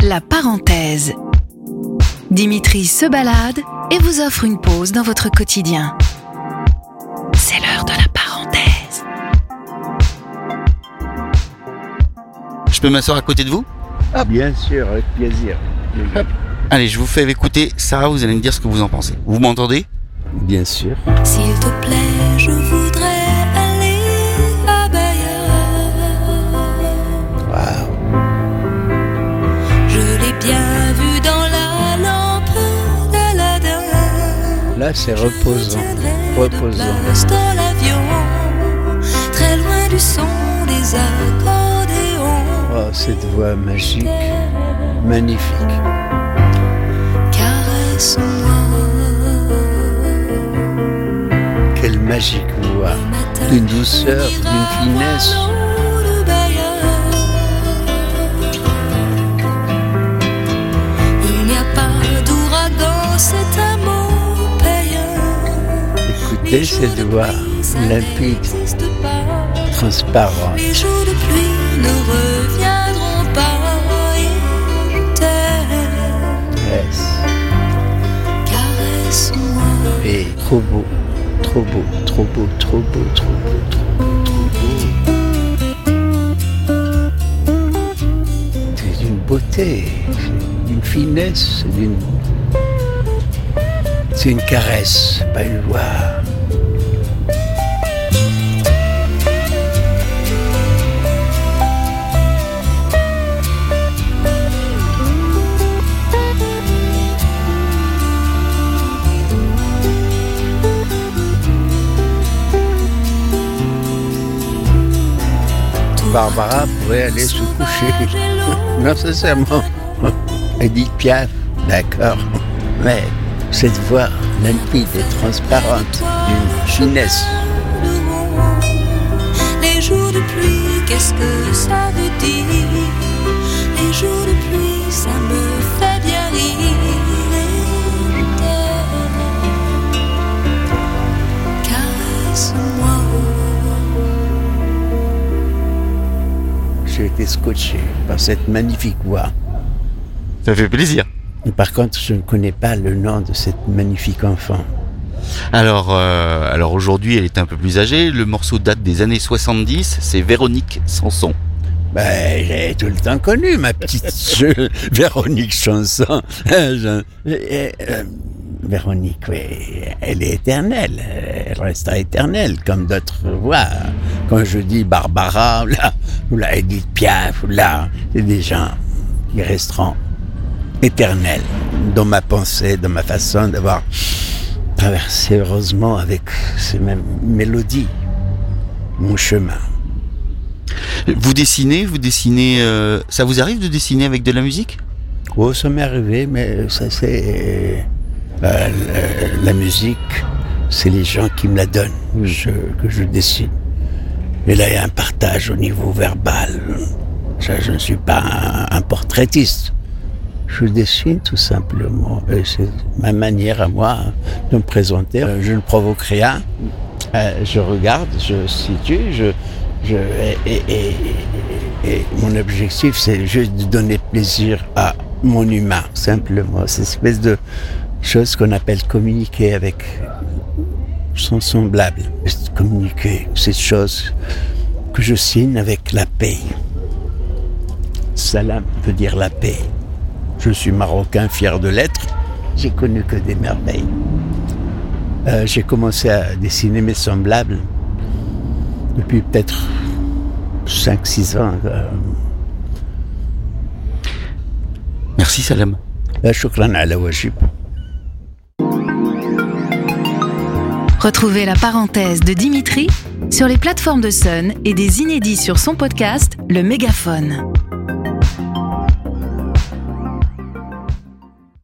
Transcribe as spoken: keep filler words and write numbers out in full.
La parenthèse. Dimitri se balade et vous offre une pause dans votre quotidien. C'est l'heure de la parenthèse. Je peux m'asseoir à côté de vous ? Ah, bien sûr, avec plaisir. Hop. Allez, je vous fais écouter. Sarah, vous allez me dire ce que vous en pensez. Vous m'entendez ? Bien sûr. S'il te plaît, je voudrais aller à Bayeux. Waouh. Je l'ai bien vu dans la lampe d'Aladin. Là, c'est reposant. Reposant. Place dans l'avion, très loin du son des accordéons. Oh, cette voix magique, magnifique. Caresse-moi. Quelle magique voix, d'une douceur, d'une finesse. Il n'y a pas d'ouragan, c'est un mot payant. Écoutez cette voix limpide, transparente. Les jours de pluie ne reviendront pas et je t'aime. Yes. Caresse-moi. Et trop beau, trop beau, trop beau, trop beau, trop beau, trop beau, trop beau. C'est d'une beauté, c'est d'une finesse, c'est d'une... C'est une caresse, pas une voix. Barbara pourrait aller se coucher. Non, sincèrement. Edith Piaf, d'accord. Mais cette voix limpide et transparente, d'une finesse. Les jours de pluie, qu'est-ce que ça veut dire? Les jours de pluie, ça me fait bien rire. Caresse-moi. J'ai été scotché par cette magnifique voix. Ça fait plaisir. Par contre, je ne connais pas le nom de cette magnifique enfant. Alors, euh, alors aujourd'hui, elle est un peu plus âgée. Le morceau date des années soixante-dix. C'est Véronique Sanson. Ben, j'ai tout le temps connu ma petite je, Véronique Sanson. Je, euh, euh, Véronique, oui, elle est éternelle. Elle restera éternelle, comme d'autres voix. Quand je dis Barbara, ou là, ou là Edith Piaf, ou là, c'est des gens qui resteront éternels dans ma pensée, dans ma façon d'avoir traversé heureusement avec ces mêmes mélodies mon chemin. Vous dessinez, vous dessinez. Euh, ça vous arrive de dessiner avec de la musique ? Oh, ça m'est arrivé, mais ça c'est euh, la, la musique, c'est les gens qui me la donnent, je, que je dessine. Et là, il y a un partage au niveau verbal. Ça, je ne suis pas un, un portraitiste. Je dessine tout simplement. Et c'est ma manière à moi de me présenter. Je ne provoque rien. Je regarde, je situe, je, je, et, et, et, et mon objectif, c'est juste de donner plaisir à mon humain, simplement. C'est une espèce de chose qu'on appelle communiquer avec son semblable. Communiquer, cette chose que je signe avec la paix. Salam veut dire la paix. Je suis marocain, fier de l'être. J'ai connu que des merveilles. Euh, j'ai commencé à dessiner mes semblables depuis peut-être cinq six ans. Euh. Merci Salam. Shukran ala wajib. Retrouvez la parenthèse de Dimitri sur les plateformes de Sun et des inédits sur son podcast Le Mégaphone.